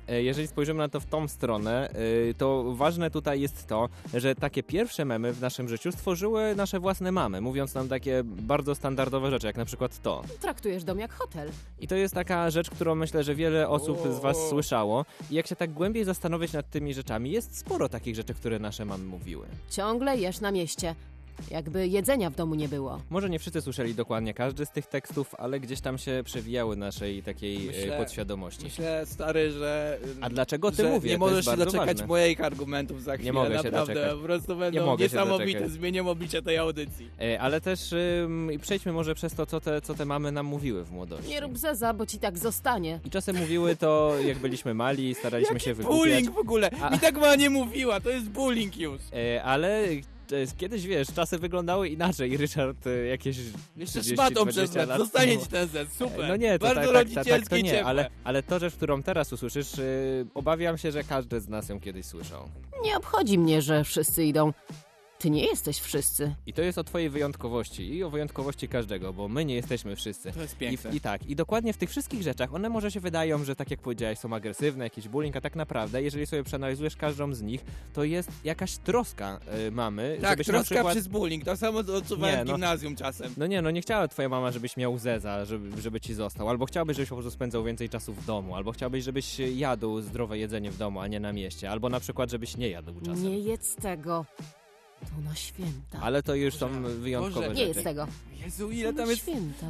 jeżeli spojrzymy na to w tą stronę, to ważne tutaj jest to, że takie pierwsze memy w naszym życiu stworzyły nasze własne mamy, mówiąc nam takie bardzo standardowe rzeczy, jak na przykład to. Traktujesz dom jak hotel. I to jest taka rzecz, którą myślę, że wiele osób z was słyszało. I jak się tak głębiej zastanowić nad tymi rzeczami, jest sporo takich rzeczy, które nasze mamy mówiły. Ciągle jesz na mieście. Jakby jedzenia w domu nie było. Może nie wszyscy słyszeli dokładnie każdy z tych tekstów, ale gdzieś tam się przewijały naszej takiej podświadomości. Myślę, stary, że... A dlaczego ty mówię? Nie możesz się doczekać moich argumentów za chwilę. Nie mogę naprawdę, się doczekać. Po prostu będą niesamowite, zmienią oblicze tej audycji. Ale też przejdźmy może przez to, co te mamy nam mówiły w młodości. Nie rób zeza, bo ci tak zostanie. I czasem mówiły to, jak byliśmy mali, staraliśmy się wygłupiać. Bullying w ogóle! Mi tak mama nie mówiła, to jest bullying już. Ale... Kiedyś, wiesz, czasy wyglądały inaczej. Richard jakieś jeszcze szmatą przez lat. Zostanie ci ten zet, super. No nie, to bardzo tak to nie, ale to rzecz, którą teraz usłyszysz, obawiam się, że każdy z nas ją kiedyś słyszał. Nie obchodzi mnie, że wszyscy idą. Ty nie jesteś wszyscy. I to jest o twojej wyjątkowości i o wyjątkowości każdego, bo my nie jesteśmy wszyscy. To jest piękne. I dokładnie w tych wszystkich rzeczach, one może się wydają, że tak jak powiedziałeś, są agresywne, jakiś bullying, a tak naprawdę, jeżeli sobie przeanalizujesz każdą z nich, to jest jakaś troska mamy. Tak, troska na przykład... przez bullying, to samo odczuwałem w gimnazjum czasem. No nie chciała twoja mama, żebyś miał zeza, żeby ci został, albo chciałabyś, żebyś po prostu spędzał więcej czasu w domu, albo chciałabyś, żebyś jadł zdrowe jedzenie w domu, a nie na mieście, albo na przykład, żebyś nie jadł czasem. Nie jedz tego. To na święta. Ale to już są wyjątkowe rzeczy. Nie jest tego. Jezu, ile tam jest święta.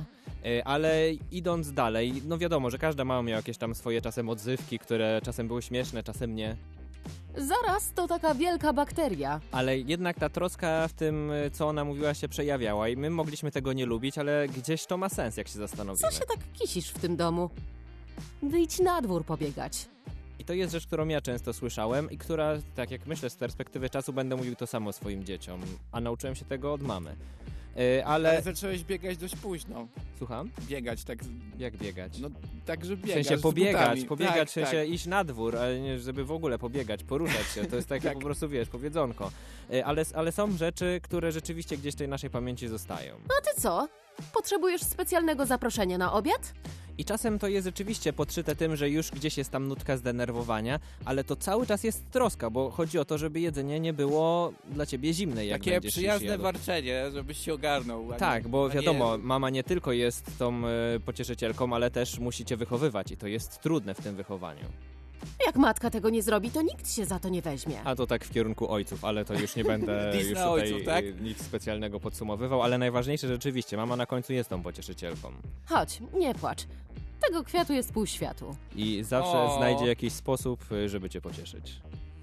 Ale idąc dalej, no wiadomo, że każda mama miała jakieś tam swoje czasem odzywki, które czasem były śmieszne, czasem nie. Zaraz, to taka wielka bakteria. Ale jednak ta troska w tym, co ona mówiła, się przejawiała i my mogliśmy tego nie lubić, ale gdzieś to ma sens, jak się zastanowimy. Co się tak kisisz w tym domu? Wyjdź na dwór pobiegać. I to jest rzecz, którą ja często słyszałem i która, tak jak myślę, z perspektywy czasu będę mówił to samo swoim dzieciom, a nauczyłem się tego od mamy. Ale zacząłeś biegać dość późno. Słucham? Biegać, tak. Jak biegać? No tak, że biegasz. W sensie pobiegać, tak, w sensie iść na dwór, ale nie, żeby w ogóle pobiegać, poruszać się. To jest takie tak. Po prostu, wiesz, powiedzonko. Ale są rzeczy, które rzeczywiście gdzieś w tej naszej pamięci zostają. A ty co? Potrzebujesz specjalnego zaproszenia na obiad? I czasem to jest rzeczywiście podszyte tym, że już gdzieś jest tam nutka zdenerwowania, ale to cały czas jest troska, bo chodzi o to, żeby jedzenie nie było dla ciebie zimne, jak takie będziesz przyjazne warczenie, żebyś się ogarnął. Tak, bo wiadomo, mama nie tylko jest tą pocieszycielką, ale też musi cię wychowywać i to jest trudne w tym wychowaniu. Jak matka tego nie zrobi, to nikt się za to nie weźmie. A to tak w kierunku ojców, ale to już nie będę już tutaj ojców, tak? Nic specjalnego podsumowywał, ale najważniejsze rzeczywiście, mama na końcu jest tą pocieszycielką. Chodź, nie płacz. Tego kwiatu jest pół światu. I zawsze znajdzie jakiś sposób, żeby cię pocieszyć.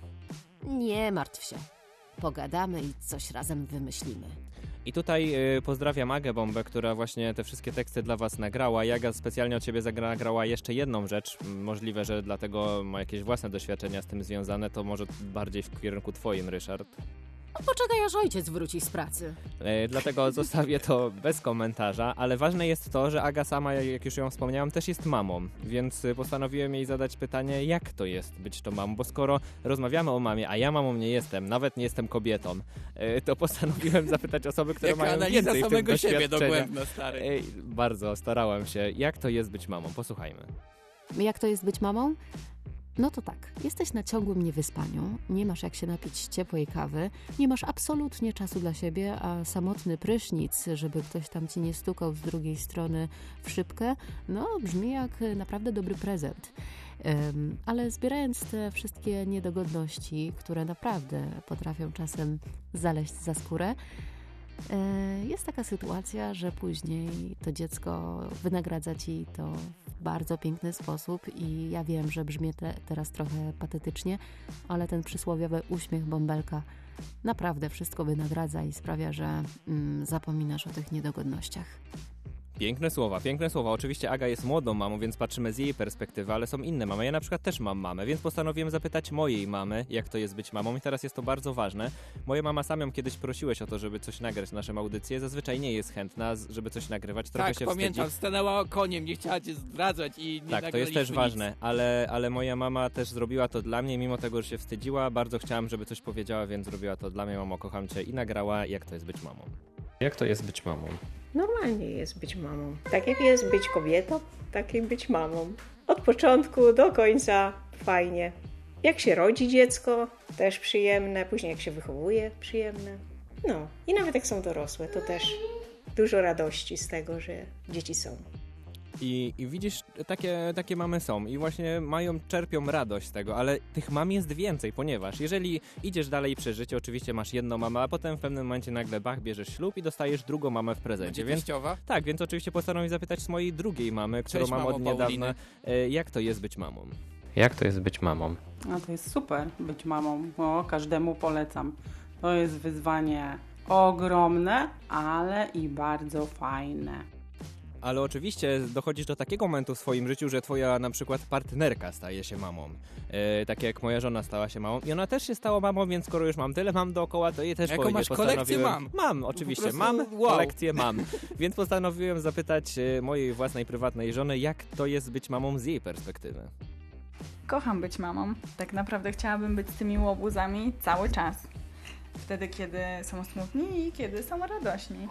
Nie martw się. Pogadamy i coś razem wymyślimy. I tutaj pozdrawiam Agę Bombę, która właśnie te wszystkie teksty dla was nagrała. Jaga specjalnie od ciebie nagrała jeszcze jedną rzecz. Możliwe, że dlatego ma jakieś własne doświadczenia z tym związane. To może bardziej w kierunku twoim, Ryszard. No poczekaj, aż ojciec wróci z pracy. Dlatego zostawię to bez komentarza, ale ważne jest to, że Aga sama, jak już ją wspomniałem, też jest mamą, więc postanowiłem jej zadać pytanie, jak to jest być tą mamą, bo skoro rozmawiamy o mamie, a ja mamą nie jestem, nawet nie jestem kobietą, to postanowiłem zapytać osoby, które mają więcej w tym siebie dogłębna, stary. Bardzo starałem się. Jak to jest być mamą? Posłuchajmy. Jak to jest być mamą? No to tak, jesteś na ciągłym niewyspaniu, nie masz jak się napić ciepłej kawy, nie masz absolutnie czasu dla siebie, a samotny prysznic, żeby ktoś tam ci nie stukał z drugiej strony w szybkę, no brzmi jak naprawdę dobry prezent. Ale zbierając te wszystkie niedogodności, które naprawdę potrafią czasem zaleźć za skórę, jest taka sytuacja, że później to dziecko wynagradza ci to w bardzo piękny sposób i ja wiem, że brzmi teraz trochę patetycznie, ale ten przysłowiowy uśmiech bąbelka naprawdę wszystko wynagradza i sprawia, że zapominasz o tych niedogodnościach. Piękne słowa, piękne słowa. Oczywiście Aga jest młodą mamą, więc patrzymy z jej perspektywy, ale są inne mamy. Ja na przykład też mam mamę, więc postanowiłem zapytać mojej mamy, jak to jest być mamą i teraz jest to bardzo ważne. Moja mama, sam ją kiedyś prosiłeś o to, żeby coś nagrać naszą audycję. Zazwyczaj nie jest chętna, żeby coś nagrywać, trochę się pamiętam, wstydzi. stanęła koniem, nie chciała cię zdradzać i nie tak, to jest też ważne, ale moja mama też zrobiła to dla mnie, mimo tego, że się wstydziła. Bardzo chciałam, żeby coś powiedziała, więc zrobiła to dla mnie. Mamo, kocham cię i nagrała, jak to jest być mamą. Jak to jest być mamą? Normalnie jest być mamą. Tak jak jest być kobietą, tak i być mamą. Od początku do końca fajnie. Jak się rodzi dziecko, też przyjemne. Później jak się wychowuje, przyjemne. No i nawet jak są dorosłe, to też dużo radości z tego, że dzieci są. I widzisz, takie mamy są i właśnie czerpią radość z tego, ale tych mam jest więcej, ponieważ jeżeli idziesz dalej przez życie, oczywiście masz jedną mamę, a potem w pewnym momencie nagle bierzesz ślub i dostajesz drugą mamę w prezencie. Będzie teściowa? Tak, więc oczywiście postanowię zapytać z mojej drugiej mamy, którą mam od niedawna, jak to jest być mamą? Jak to jest być mamą? No to jest super być mamą, bo każdemu polecam. To jest wyzwanie ogromne, ale i bardzo fajne. Ale oczywiście dochodzisz do takiego momentu w swoim życiu, że twoja na przykład partnerka staje się mamą. Tak jak moja żona stała się mamą i ona też się stała mamą, więc skoro już mam tyle mam dookoła, to jej też Jaką masz kolekcję mam? Mam, oczywiście, mam kolekcję mam. Więc postanowiłem zapytać mojej własnej, prywatnej żony, jak to jest być mamą z jej perspektywy. Kocham być mamą. Tak naprawdę chciałabym być z tymi łobuzami cały czas. Wtedy, kiedy są smutni i kiedy są radośni.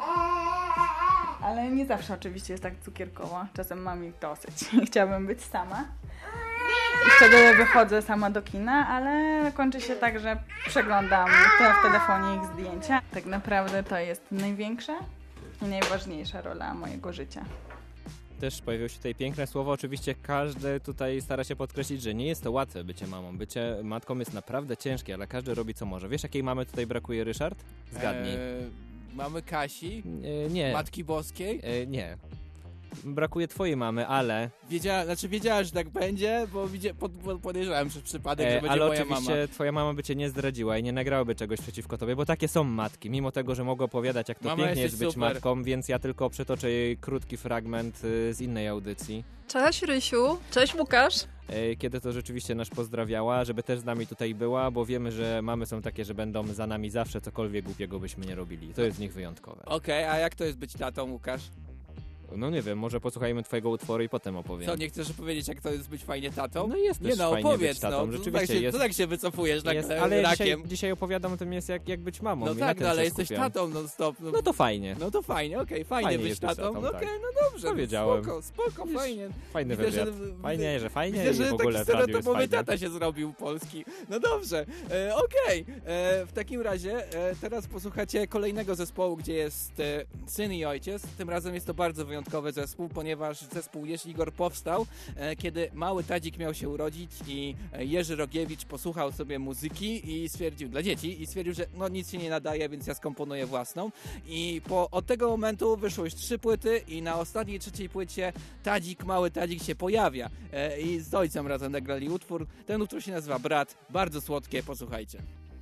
Ale nie zawsze oczywiście jest tak cukierkowo. Czasem mam ich dosyć. Chciałabym być sama. I wtedy wychodzę sama do kina, ale kończy się tak, że przeglądam w telefonie ich zdjęcia. Tak naprawdę to jest największa i najważniejsza rola mojego życia. Też pojawiło się tutaj piękne słowo. Oczywiście każdy tutaj stara się podkreślić, że nie jest to łatwe bycie mamą. Bycie matką jest naprawdę ciężkie, ale każdy robi co może. Wiesz, jakiej mamy tutaj brakuje, Ryszard? Zgadnij. Mamy Kasi? Nie. Matki Boskiej? Nie. Brakuje twojej mamy, ale... Wiedziała, że tak będzie, bo podejrzewałem przez przypadek, że będzie ale moja mama. Ale oczywiście twoja mama by cię nie zdradziła i nie nagrałaby czegoś przeciwko tobie, bo takie są matki. Mimo tego, że mogę opowiadać, jak to Mama pięknie jest być super. matką, więc ja tylko przytoczę jej krótki fragment z innej audycji. Cześć Rysiu, cześć Łukasz. Kiedy to rzeczywiście nas pozdrawiała, żeby też z nami tutaj była, bo wiemy, że mamy są takie, że będą za nami zawsze, cokolwiek głupiego byśmy nie robili. To jest w nich wyjątkowe. Okej, a jak to jest być tatą, Łukasz? No nie wiem, może posłuchajmy twojego utworu i potem opowiem. Co, nie chcesz powiedzieć, jak to jest być fajnie tatą? No jest też fajnie opowiedz, być tatą, rzeczywiście jest. To tak się wycofujesz ale rakiem. Dzisiaj opowiadam o tym, jak być mamą. No tak, ale jesteś tatą non stop. No to fajnie. No to fajnie, okej, fajnie być tatą. No okej, no dobrze. Powiedziałem. Spoko, fajnie. Fajny wywiad. Fajnie, że fajnie widzę, i w ogóle że taki stereotypowy tata się zrobił polski. No dobrze, okej. W takim razie teraz posłuchacie kolejnego zespołu, gdzie jest syn i ojciec. Tym razem jest to bardzo wyjątkowy zespół, ponieważ zespół Jerzy Igor powstał, kiedy mały Tadzik miał się urodzić i Jerzy Rogiewicz posłuchał sobie muzyki i stwierdził, dla dzieci, i stwierdził, że no nic się nie nadaje, więc ja skomponuję własną. I od tego momentu wyszło już 3 płyty i na ostatniej 3. płycie mały Tadzik się pojawia. I z ojcem razem nagrali utwór. Ten utwór się nazywa Brat. Bardzo słodkie, posłuchajcie.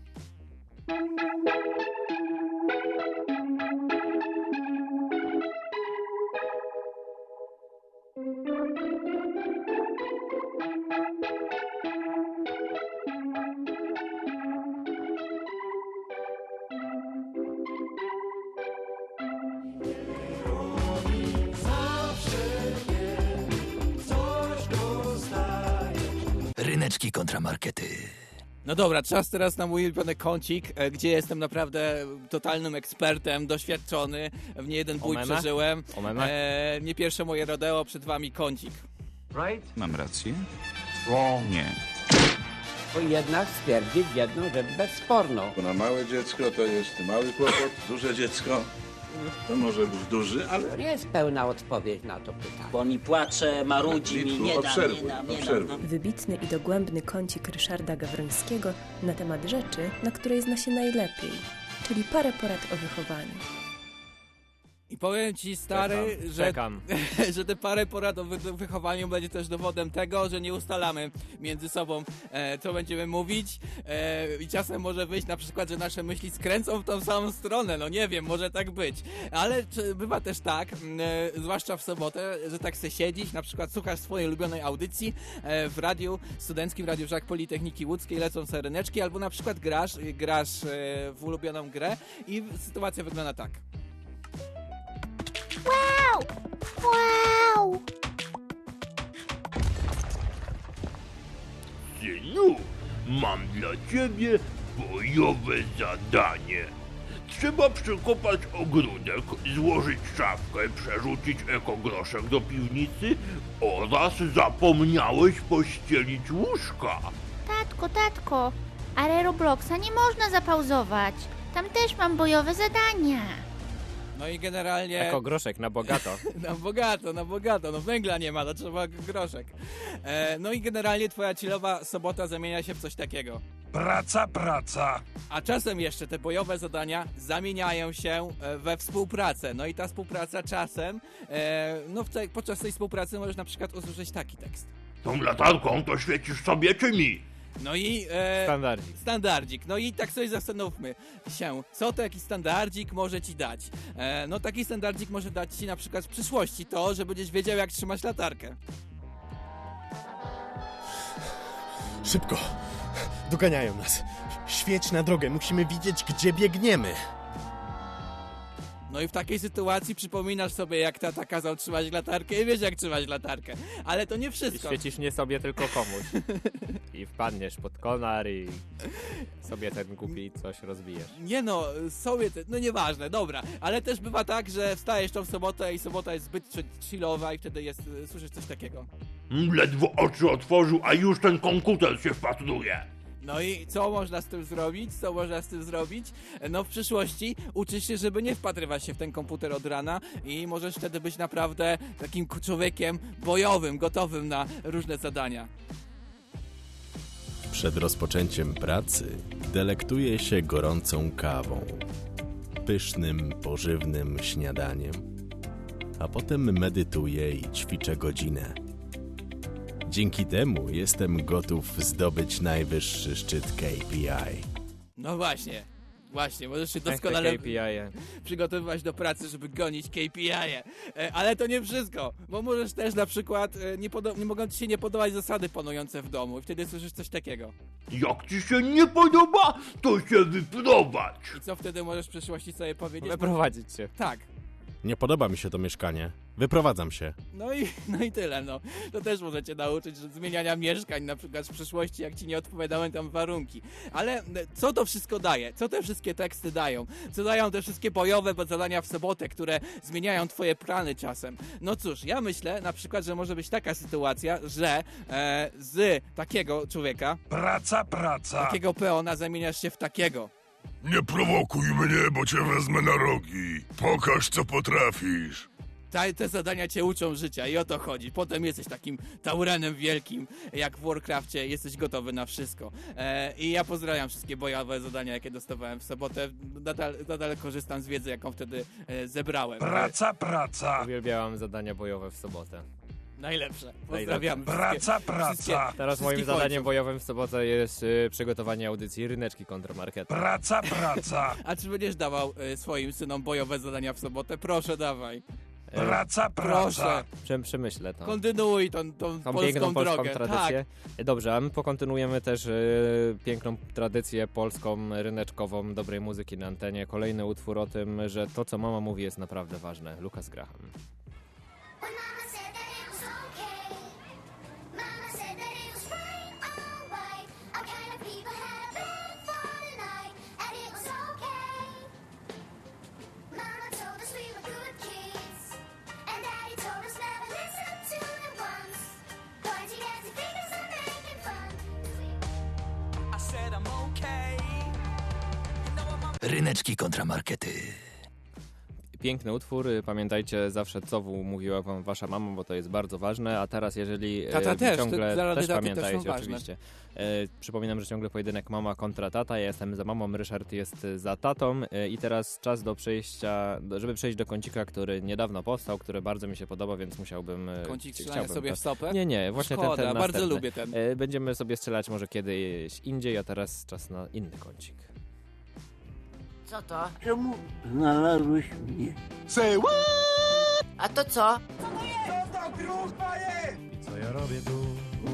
Ryneczki kontramarkety. No dobra, czas teraz na mój ulubiony kącik, gdzie jestem naprawdę totalnym ekspertem, doświadczony, w niejeden bój przeżyłem. Nie pierwsze moje rodeo, przed wami kącik. Right? Mam rację? Nie. Bo jednak stwierdzić jedną rzecz bezsporną. Bo na małe dziecko to jest mały kłopot, duże dziecko to może być duży, ale... To nie jest pełna odpowiedź na to pytanie. Bo mi płacze, marudzi mi, nie da. Wybitny i dogłębny kącik Ryszarda Gawrońskiego na temat rzeczy, na której zna się najlepiej, czyli parę porad o wychowaniu. I powiem ci, stary, że te parę porad o wychowaniu będzie też dowodem tego, że nie ustalamy między sobą, co będziemy mówić, i czasem może wyjść na przykład, że nasze myśli skręcą w tą samą stronę, no nie wiem, może tak być, ale bywa też tak, zwłaszcza w sobotę, że tak se siedzisz, na przykład słuchasz swojej ulubionej audycji w radiu studenckim, Radiu Żak Politechniki Łódzkiej, lecą sereneczki, albo na przykład grasz w ulubioną grę i sytuacja wygląda tak. Wow! Wow! Synu, mam dla ciebie bojowe zadanie. Trzeba przekopać ogródek, złożyć szafkę, przerzucić ekogroszek do piwnicy oraz zapomniałeś pościelić łóżka. Tatko, ale Robloxa nie można zapauzować. Tam też mam bojowe zadania. No i generalnie... Jako groszek, na bogato. Na bogato. No węgla nie ma, to trzeba groszek. No i generalnie twoja chillowa sobota zamienia się w coś takiego. Praca. A czasem jeszcze te bojowe zadania zamieniają się we współpracę. No i ta współpraca czasem, podczas tej współpracy możesz na przykład usłyszeć taki tekst. Tą latarką to świecisz sobie czy mi? No i... Standardzik. No i tak sobie zastanówmy się, co taki standardzik może ci dać. No taki standardzik może dać ci na przykład w przyszłości to, że będziesz wiedział, jak trzymać latarkę. Szybko! Doganiają nas. Świeć na drogę, musimy widzieć, gdzie biegniemy. No i w takiej sytuacji przypominasz sobie, jak tata kazał trzymać latarkę i wiesz, jak trzymać latarkę. Ale to nie wszystko. I świecisz nie sobie, tylko komuś. I wpadniesz pod konar i sobie ten głupi coś rozbijesz. Nie no, no nieważne, dobra. Ale też bywa tak, że wstajesz tą sobotę i sobota jest zbyt chillowa i wtedy słyszysz coś takiego. Ledwo oczy otworzył, a już ten komputer się wpatruje. No i co można z tym zrobić? No w przyszłości uczysz się, żeby nie wpatrywać się w ten komputer od rana i możesz wtedy być naprawdę takim człowiekiem bojowym, gotowym na różne zadania. Przed rozpoczęciem pracy delektuję się gorącą kawą, pysznym, pożywnym śniadaniem, a potem medytuję i ćwiczę godzinę. Dzięki temu jestem gotów zdobyć najwyższy szczyt KPI. No właśnie, możesz się doskonale przygotowywać do pracy, żeby gonić KPI-e. Ale to nie wszystko, bo możesz też na przykład, nie mogą ci się nie podobać zasady panujące w domu i wtedy słyszysz coś takiego. Jak ci się nie podoba, to się wyprowadź. I co wtedy możesz w przyszłości sobie powiedzieć? Wyprowadzić się. Tak. Nie podoba mi się to mieszkanie. Wyprowadzam się. No i tyle, no. To też możecie nauczyć zmieniania mieszkań, na przykład w przyszłości, jak ci nie odpowiadały tam warunki. Ale co to wszystko daje? Co te wszystkie teksty dają? Co dają te wszystkie bojowe zadania w sobotę, które zmieniają twoje plany czasem? No cóż, ja myślę na przykład, że może być taka sytuacja, że z takiego człowieka... Praca. Takiego peona zamieniasz się w takiego. Nie prowokuj mnie, bo cię wezmę na rogi. Pokaż, co potrafisz. Te zadania cię uczą życia i o to chodzi. Potem jesteś takim taurenem wielkim, jak w Warcrafcie, jesteś gotowy na wszystko. I ja pozdrawiam wszystkie bojowe zadania, jakie dostawałem w sobotę. Nadal korzystam z wiedzy, jaką wtedy zebrałem. Praca. Uwielbiałam zadania bojowe w sobotę. Najlepsze. Pozdrawiam. Praca. Teraz moim zadaniem bojowym w sobotę jest przygotowanie audycji Ryneczki kontra Markety. Praca. A czy będziesz dawał swoim synom bojowe zadania w sobotę? Proszę, dawaj. Praca. Proszę. Przemyślę to. Kontynuuj tą polską drogę. Tradycję. Tak. Dobrze, a my pokontynuujemy też piękną tradycję polską, ryneczkową, dobrej muzyki na antenie. Kolejny utwór o tym, że to, co mama mówi, jest naprawdę ważne. Lucas Graham. Ryneczki kontra markety. Piękny utwór. Pamiętajcie zawsze, co mówiła wam wasza mama, bo to jest bardzo ważne. A teraz, jeżeli tata też pamiętajcie, oczywiście. Przypominam, że ciągle pojedynek mama kontra tata. Ja jestem za mamą, Ryszard jest za tatą. I teraz czas do przejścia, żeby przejść do kącika, który niedawno powstał, który bardzo mi się podoba, więc musiałbym... Kącik strzelania sobie w stopę? Nie, właśnie Szkoda, ten bardzo następny. lubię ten. Będziemy sobie strzelać może kiedyś indziej, a teraz czas na inny kącik. Co to? Czemu znalazłeś mnie? Say what? A to co? Co to grupa jest? I co ja robię tu?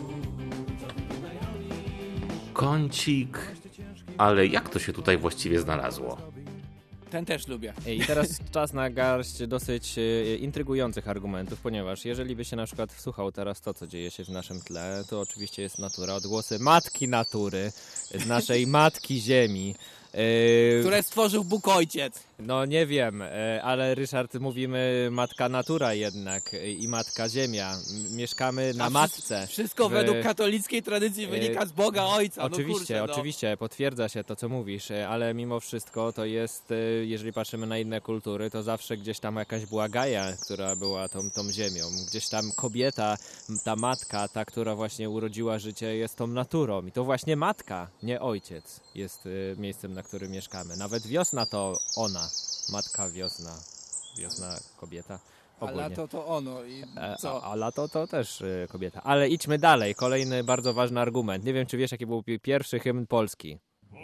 Kącik. Ale jak to się tutaj właściwie znalazło? Ten też lubię. I teraz czas na garść dosyć intrygujących argumentów, ponieważ jeżeli by się na przykład wsłuchał teraz to, co dzieje się w naszym tle, to oczywiście jest natura, odgłosy matki natury, z naszej matki ziemi. Które stworzył Bóg Ojciec. No nie wiem, ale Ryszard, mówimy matka natura jednak i matka ziemia. Mieszkamy na matce. Wszystko według katolickiej tradycji wynika z Boga Ojca. Oczywiście, oczywiście, potwierdza się to, co mówisz, ale mimo wszystko to jest, jeżeli patrzymy na inne kultury, to zawsze gdzieś tam jakaś była Gaja, która była tą ziemią. Gdzieś tam kobieta, ta matka, ta, która właśnie urodziła życie, jest tą naturą. I to właśnie matka, nie ojciec, jest miejscem, na którym mieszkamy. Nawet wiosna to ona. Matka, wiosna, kobieta. Ogólnie. A lato to ono i co? A lato to też kobieta. Ale idźmy dalej. Kolejny bardzo ważny argument. Nie wiem, czy wiesz, jaki był pierwszy hymn polski.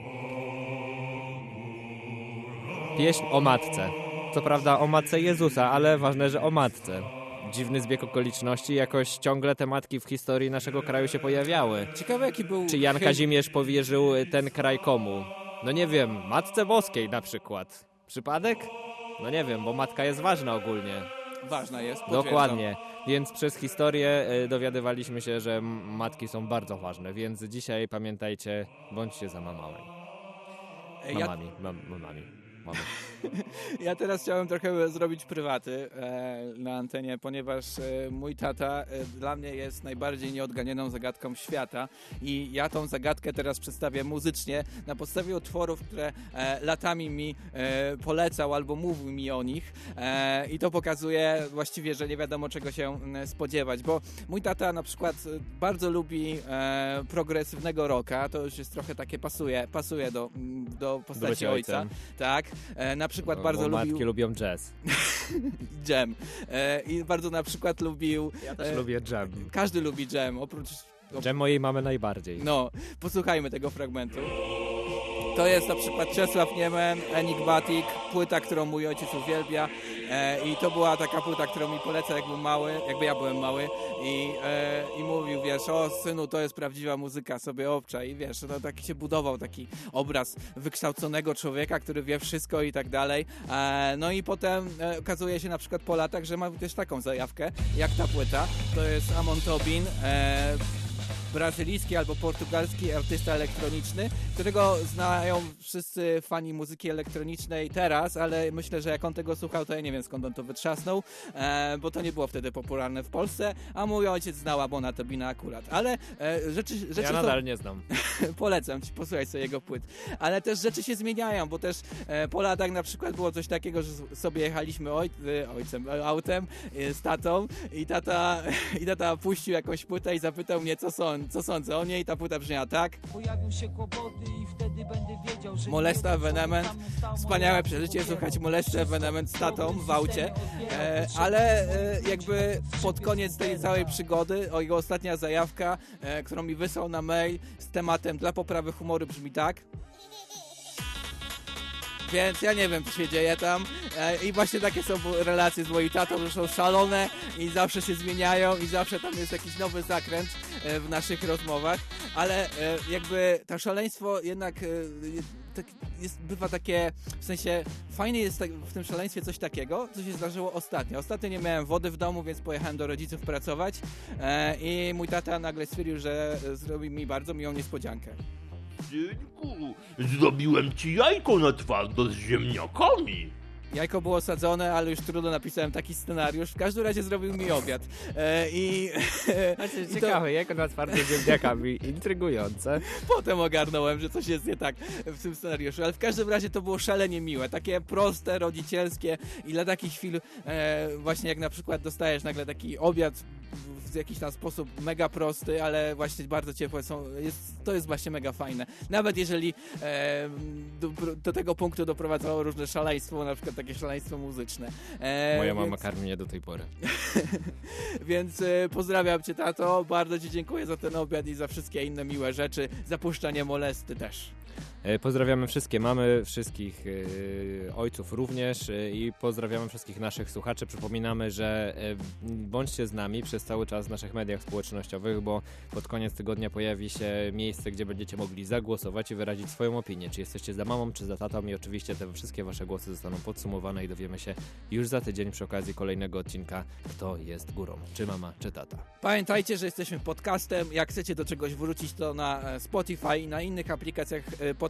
Pieśń o matce. Co prawda o matce Jezusa, ale ważne, że o matce. Dziwny zbieg okoliczności, jakoś ciągle te matki w historii naszego kraju się pojawiały. Ciekawe, jaki był... Czy Jan Kazimierz powierzył ten kraj komu? No nie wiem, Matce Boskiej na przykład. Przypadek? No nie wiem, bo matka jest ważna ogólnie. Ważna jest, dokładnie. Więc przez historię dowiadywaliśmy się, że matki są bardzo ważne, więc dzisiaj pamiętajcie, bądźcie za mamami. Mamami. Ja teraz chciałem trochę zrobić prywaty na antenie, ponieważ mój tata dla mnie jest najbardziej nieodganioną zagadką świata i ja tą zagadkę teraz przedstawię muzycznie na podstawie utworów, które latami mi polecał albo mówił mi o nich i to pokazuje właściwie, że nie wiadomo czego się spodziewać, bo mój tata na przykład bardzo lubi progresywnego rocka, to już jest trochę takie pasuje do postaci ojca. Tak. Na przykład bardzo lubił... Matki lubią jazz. Jam. I bardzo na przykład lubił... Ja też lubię jam. Każdy lubi jam, oprócz... Jam mojej mamy najbardziej. No, posłuchajmy tego fragmentu. To jest na przykład Czesław Niemen, Enigmatic, płyta, którą mój ojciec uwielbia i to była taka płyta, którą mi poleca jakby ja byłem mały i mówił, wiesz, o synu, to jest prawdziwa muzyka, sobie obczaj i wiesz, to taki się budował taki obraz wykształconego człowieka, który wie wszystko i tak dalej. No i potem okazuje się na przykład po latach, że ma też taką zajawkę, jak ta płyta, to jest Amon Tobin, brazylijski albo portugalski artysta elektroniczny, którego znają wszyscy fani muzyki elektronicznej teraz, ale myślę, że jak on tego słuchał, to ja nie wiem skąd on to wytrzasnął, bo to nie było wtedy popularne w Polsce, a mój ojciec znał Amona Tobina akurat, ale rzeczy ja nadal nie znam. Polecam ci, posłuchaj sobie jego płyt, ale też rzeczy się zmieniają, bo też po latach na przykład było coś takiego, że sobie jechaliśmy autem z tatą i tata puścił jakąś płytę i zapytał mnie, co sądzę o niej, i ta płyta brzmiała tak. Pojawią się kłopoty i wtedy będę wiedział, że Molesta Evenement, wspaniałe przeżycie słuchać Molesta Evenement z tatą w aucie, ale jakby pod koniec tej całej przygody, jego ostatnia zajawka, którą mi wysłał na mail z tematem dla poprawy humoru brzmi tak. Więc ja nie wiem, co się dzieje tam i właśnie takie są relacje z moim tatą, że są szalone i zawsze się zmieniają i zawsze tam jest jakiś nowy zakręt w naszych rozmowach, ale jakby to szaleństwo jednak bywa takie, w sensie fajnie jest w tym szaleństwie coś takiego, co się zdarzyło ostatnio. Ostatnio nie miałem wody w domu, więc pojechałem do rodziców pracować i mój tata nagle stwierdził, że zrobi mi bardzo miłą niespodziankę. Synku, zrobiłem ci jajko na twardo z ziemniakami. Jajko było sadzone, ale już trudno, napisałem taki scenariusz. W każdym razie zrobił mi obiad. Ciekawe, jajko na twardo z ziemniakami, intrygujące. Potem ogarnąłem, że coś jest nie tak w tym scenariuszu, ale w każdym razie to było szalenie miłe. Takie proste, rodzicielskie i dla takich chwil właśnie jak na przykład dostajesz nagle taki obiad w jakiś tam sposób mega prosty, ale właśnie bardzo ciepłe to jest właśnie mega fajne. Nawet jeżeli do tego punktu doprowadzało różne szaleństwo, na przykład takie szaleństwo muzyczne. Moja mama karmi mnie do tej pory. Więc pozdrawiam cię, tato, bardzo ci dziękuję za ten obiad i za wszystkie inne miłe rzeczy, za puszczanie Molesty też. Pozdrawiamy wszystkie mamy, wszystkich ojców również i pozdrawiamy wszystkich naszych słuchaczy. Przypominamy, że bądźcie z nami przez cały czas w naszych mediach społecznościowych, bo pod koniec tygodnia pojawi się miejsce, gdzie będziecie mogli zagłosować i wyrazić swoją opinię. Czy jesteście za mamą, czy za tatą i oczywiście te wszystkie wasze głosy zostaną podsumowane i dowiemy się już za tydzień przy okazji kolejnego odcinka, kto jest górą, czy mama, czy tata. Pamiętajcie, że jesteśmy podcastem. Jak chcecie do czegoś wrócić, to na Spotify i na innych aplikacjach podcastów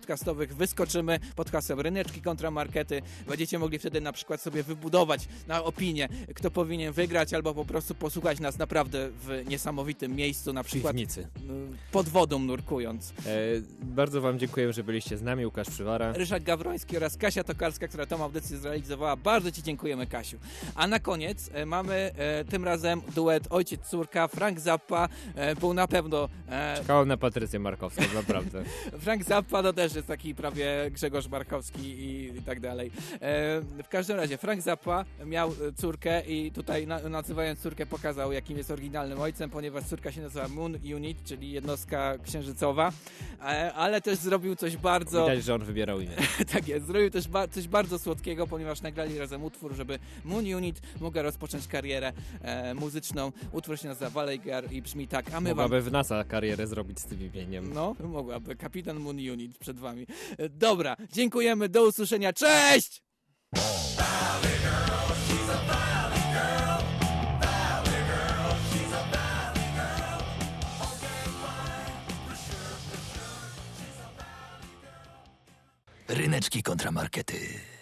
podcastowych wyskoczymy pod hasłem Ryneczki kontra Markety. Będziecie mogli wtedy na przykład sobie wybudować na opinię, kto powinien wygrać, albo po prostu posłuchać nas naprawdę w niesamowitym miejscu, na przykład Piwnicy. pod wodą nurkując. Bardzo wam dziękuję, że byliście z nami. Łukasz Przywara, Ryszard Gawroński oraz Kasia Tokarska, która tą audycję zrealizowała. Bardzo ci dziękujemy, Kasiu. A na koniec mamy tym razem duet ojciec-córka. Frank Zappa był na pewno... czekałem na Patrycję Markowską, naprawdę. Frank Zappa to też jest taki prawie Grzegorz Markowski i tak dalej. W każdym razie Frank Zappa miał córkę i tutaj nazywając córkę pokazał, jakim jest oryginalnym ojcem, ponieważ córka się nazywa Moon Unit, czyli jednostka księżycowa, ale też zrobił coś bardzo... Widać, że on wybierał imię. Tak jest, zrobił też coś bardzo słodkiego, ponieważ nagrali razem utwór, żeby Moon Unit mogła rozpocząć karierę muzyczną. Utwór się nazywa Valley Girl i brzmi tak, a my mogłaby w NASA karierę zrobić z tym imieniem. No, mogłaby. Kapitan Moon Unit przed wami. Dobra, dziękujemy, do usłyszenia, cześć! Ryneczki kontra markety.